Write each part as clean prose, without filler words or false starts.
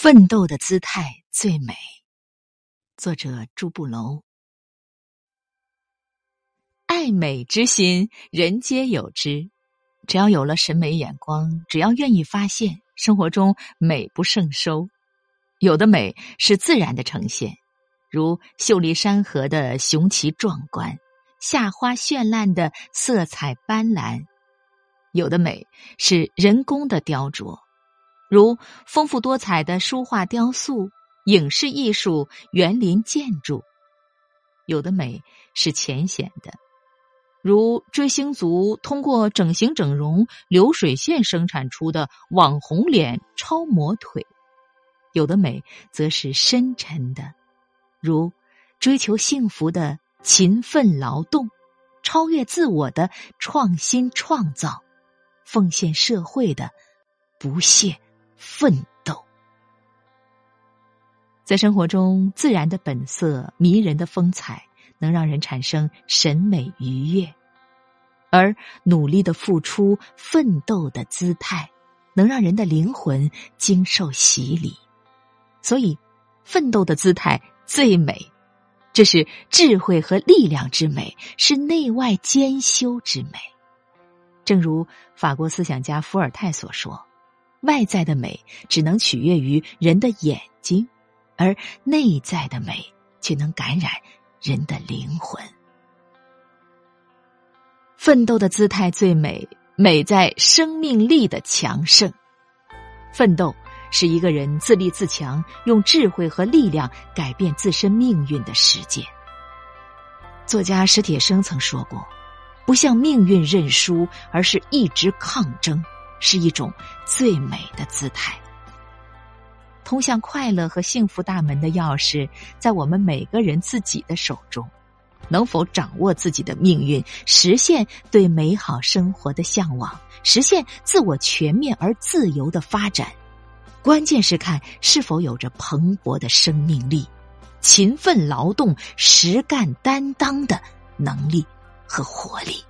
奋斗的姿态最美。作者朱步楼。爱美之心，人皆有之。只要有了审美眼光，只要愿意发现，生活中美不胜收。有的美是自然的呈现，如秀丽山河的雄奇壮观，夏花绚烂的色彩斑斓；有的美是人工的雕琢，如丰富多彩的书画雕塑、影视艺术、园林建筑；有的美是浅显的，如追星族通过整形整容、流水线生产出的网红脸、超模腿；有的美则是深沉的，如追求幸福的勤奋劳动、超越自我的创新创造、奉献社会的不懈奋斗。在生活中，自然的本色、迷人的风采能让人产生审美愉悦，而努力的付出、奋斗的姿态能让人的灵魂经受洗礼。所以奋斗的姿态最美，这是智慧和力量之美，是内外兼修之美。正如法国思想家伏尔泰所说，外在的美只能取悦于人的眼睛，而内在的美却能感染人的灵魂。奋斗的姿态最美，美在生命力的强盛。奋斗是一个人自立自强，用智慧和力量改变自身命运的实践。作家史铁生曾说过，不向命运认输，而是一直抗争，是一种最美的姿态。通向快乐和幸福大门的钥匙在我们每个人自己的手中，能否掌握自己的命运，实现对美好生活的向往，实现自我全面而自由的发展，关键是看是否有着蓬勃的生命力、勤奋劳动、实干担当的能力和活力。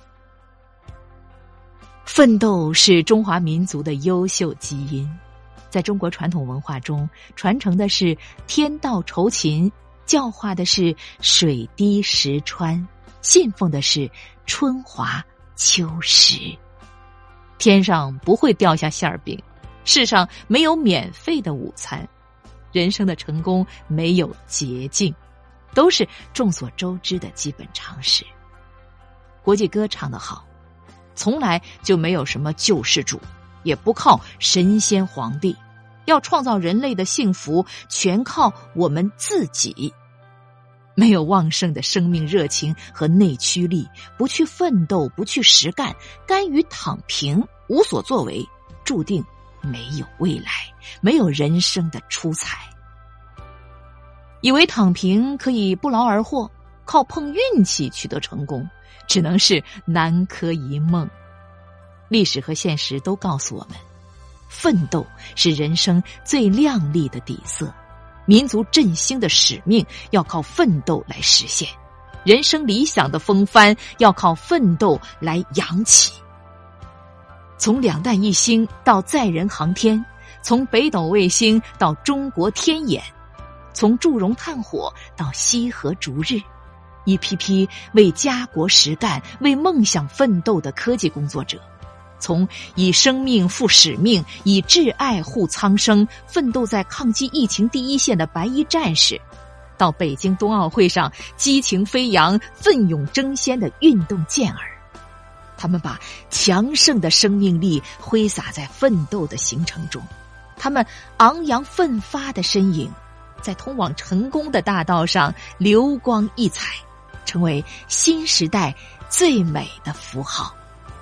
奋斗是中华民族的优秀基因，在中国传统文化中，传承的是天道酬勤，教化的是水滴石穿，信奉的是春华秋实。天上不会掉下馅饼，世上没有免费的午餐，人生的成功没有捷径，都是众所周知的基本常识。国际歌唱得好，从来就没有什么救世主，也不靠神仙皇帝，要创造人类的幸福，全靠我们自己。没有旺盛的生命热情和内驱力，不去奋斗，不去实干，甘于躺平，无所作为，注定没有未来，没有人生的出彩。以为躺平可以不劳而获，靠碰运气取得成功，只能是南柯一梦。历史和现实都告诉我们，奋斗是人生最亮丽的底色，民族振兴的使命要靠奋斗来实现，人生理想的风帆要靠奋斗来扬起。从两弹一星到载人航天，从北斗卫星到中国天眼，从祝融炭火到西河逐日，一批批为家国实干、为梦想奋斗的科技工作者，从以生命赴使命、以挚爱护苍生，奋斗在抗击疫情第一线的白衣战士，到北京冬奥会上激情飞扬、奋勇争先的运动健儿。他们把强盛的生命力挥洒在奋斗的行程中，他们昂扬奋发的身影在通往成功的大道上流光溢彩，成为新时代最美的符号。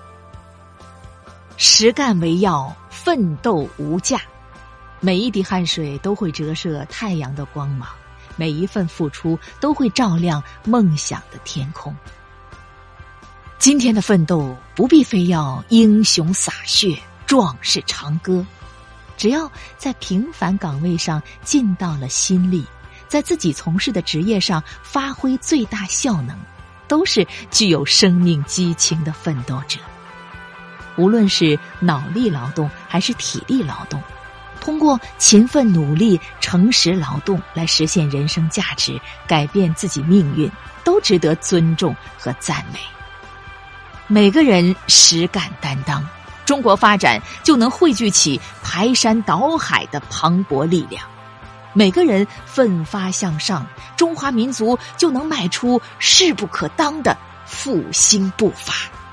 实干为要，奋斗无价。每一滴汗水都会折射太阳的光芒，每一份付出都会照亮梦想的天空。今天的奋斗不必非要英雄洒血、壮士长歌，只要在平凡岗位上尽到了心力，在自己从事的职业上发挥最大效能，都是具有生命激情的奋斗者。无论是脑力劳动还是体力劳动， 通过勤奋努力、诚实劳动来实现人生价值，改变自己命运，都值得尊重和赞美。每个人实干担当，中国发展就能汇聚起排山倒海的磅礴力量。每个人奋发向上，中华民族就能迈出势不可当的复兴步伐。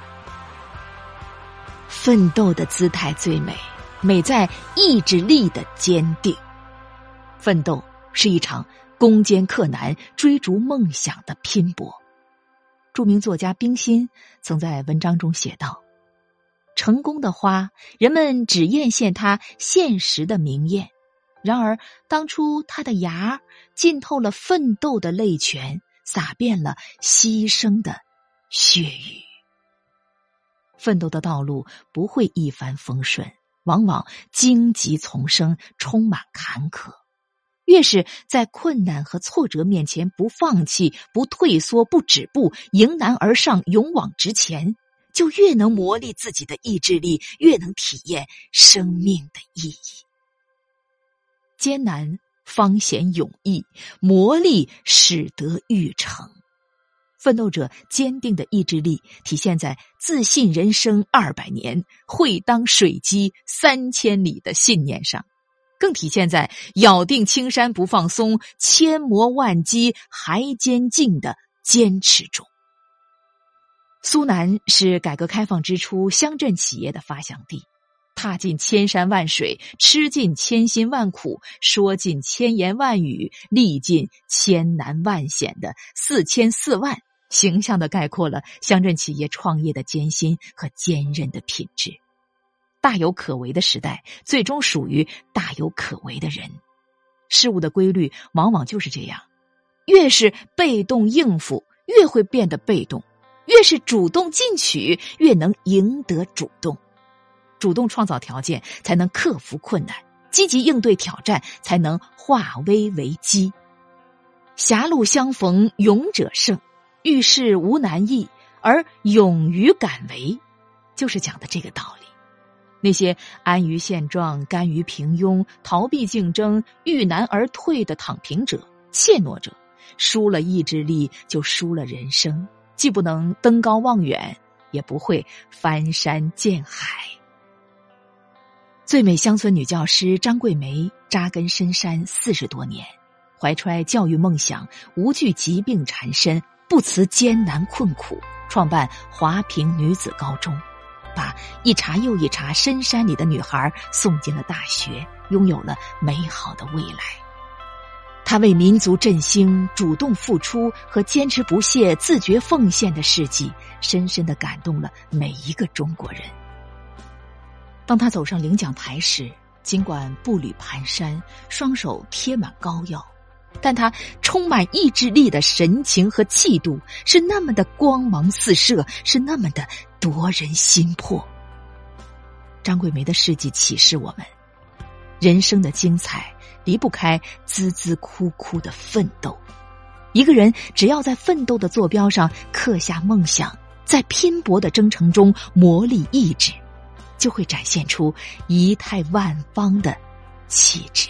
奋斗的姿态最美，美在意志力的坚定。奋斗是一场攻坚克难、追逐梦想的拼搏。著名作家冰心曾在文章中写道：成功的花，人们只艳羡它现实的明艳，然而当初它的芽浸透了奋斗的泪泉，洒遍了牺牲的血雨。奋斗的道路不会一帆风顺，往往荆棘丛生，充满坎坷。越是在困难和挫折面前不放弃、不退缩、不止步，迎难而上，勇往直前，就越能磨砺自己的意志力，越能体验生命的意义。艰难方显勇毅，磨砺使得玉成。奋斗者坚定的意志力体现在自信人生200年，会当水击3000里的信念上，更体现在咬定青山不放松，千磨万击还坚劲的坚持中。苏南是改革开放之初乡镇企业的发祥地，踏尽千山万水，吃尽千辛万苦，说尽千言万语，历尽千难万险的4000-4万，形象地概括了乡镇企业创业的艰辛和坚韧的品质。大有可为的时代，最终属于大有可为的人。事物的规律往往就是这样，越是被动应付，越会变得被动；越是主动进取，越能赢得主动。主动创造条件，才能克服困难；积极应对挑战，才能化危为机。狭路相逢勇者胜，遇事无难易，而勇于敢为，就是讲的这个道理。那些安于现状、甘于平庸、逃避竞争、遇难而退的躺平者、怯懦者，输了意志力就输了人生，既不能登高望远，也不会翻山见海。最美乡村女教师张桂梅扎根深山40多年，怀揣教育梦想，无惧疾病缠身，不辞艰难困苦，创办华坪女子高中，把一茬又一茬深山里的女孩送进了大学，拥有了美好的未来。她为民族振兴主动付出和坚持不懈、自觉奉献的事迹，深深地感动了每一个中国人。当她走上领奖台时，尽管步履蹒跚，双手贴满膏药，但她充满意志力的神情和气度是那么的光芒四射，是那么的夺人心魄。张桂梅的事迹启示我们，人生的精彩离不开孜孜哭哭的奋斗。一个人只要在奋斗的坐标上刻下梦想，在拼搏的征程中磨砺意志，就会展现出仪态万方的气质。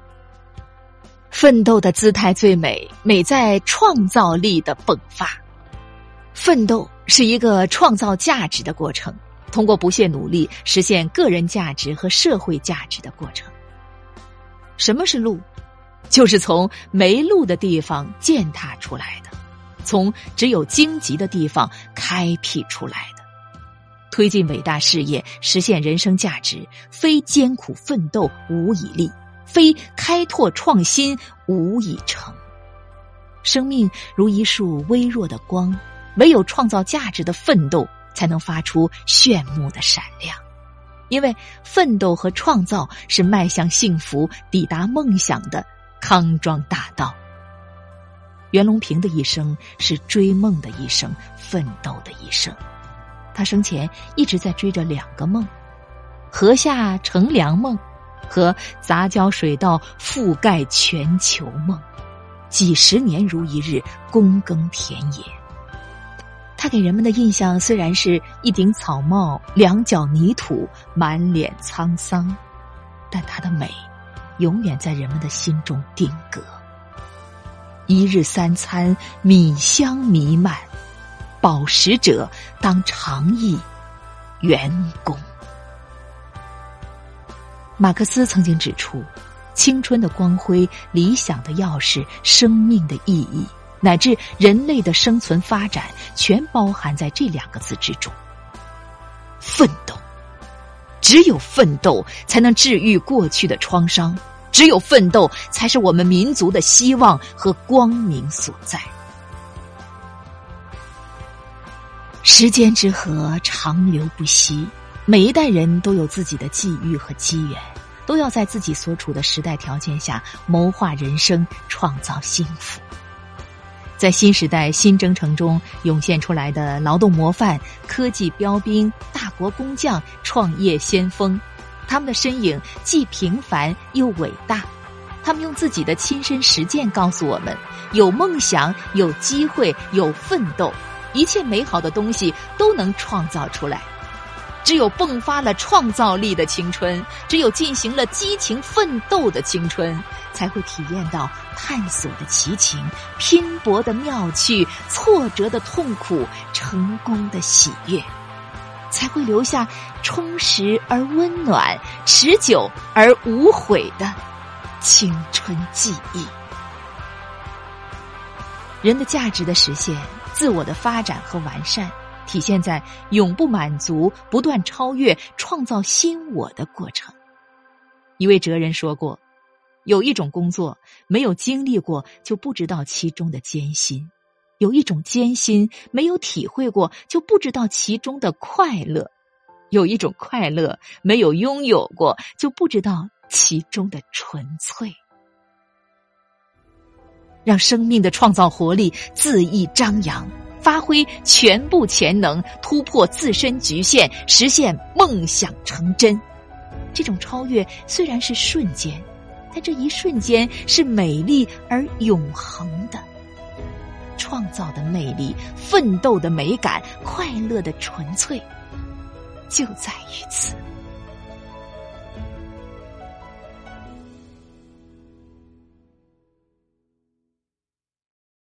奋斗的姿态最美，美在创造力的迸发。奋斗是一个创造价值的过程，通过不懈努力实现个人价值和社会价值的过程。什么是路？就是从没路的地方践踏出来的，从只有荆棘的地方开辟出来的。推进伟大事业，实现人生价值，非艰苦奋斗无以立，非开拓创新无以成。生命如一束微弱的光，唯有创造价值的奋斗，才能发出炫目的闪亮。因为奋斗和创造是迈向幸福、抵达梦想的康庄大道。袁隆平的一生是追梦的一生，奋斗的一生。他生前一直在追着2个梦：河下乘凉梦和杂交水稻覆盖全球梦。几十年如一日，躬耕田野。他给人们的印象虽然是一顶草帽，2脚泥土，满脸沧桑，但他的美永远在人们的心中定格。一日三餐，米香弥漫，饱食者当常忆员工。马克思曾经指出，青春的光辉、理想的钥匙、生命的意义，乃至人类的生存发展，全包含在这2个字之中。奋斗，只有奋斗才能治愈过去的创伤，只有奋斗才是我们民族的希望和光明所在。时间之河长流不息，每一代人都有自己的际遇和机缘，都要在自己所处的时代条件下谋划人生，创造幸福。在新时代新征程中涌现出来的劳动模范、科技标兵、大国工匠、创业先锋，他们的身影既平凡又伟大。他们用自己的亲身实践告诉我们，有梦想、有机会、有奋斗，一切美好的东西都能创造出来。只有迸发了创造力的青春，只有进行了激情奋斗的青春，才会体验到探索的奇情、拼搏的妙趣、挫折的痛苦、成功的喜悦，才会留下充实而温暖、持久而无悔的青春记忆。人的价值的实现，自我的发展和完善，体现在永不满足、不断超越、创造新我的过程。一位哲人说过，有一种工作没有经历过就不知道其中的艰辛，有一种艰辛没有体会过就不知道其中的快乐，有一种快乐没有拥有过就不知道其中的纯粹。让生命的创造活力恣意张扬，发挥全部潜能，突破自身局限，实现梦想成真。这种超越虽然是瞬间，但这一瞬间是美丽而永恒的。创造的魅力，奋斗的美感，快乐的纯粹，就在于此。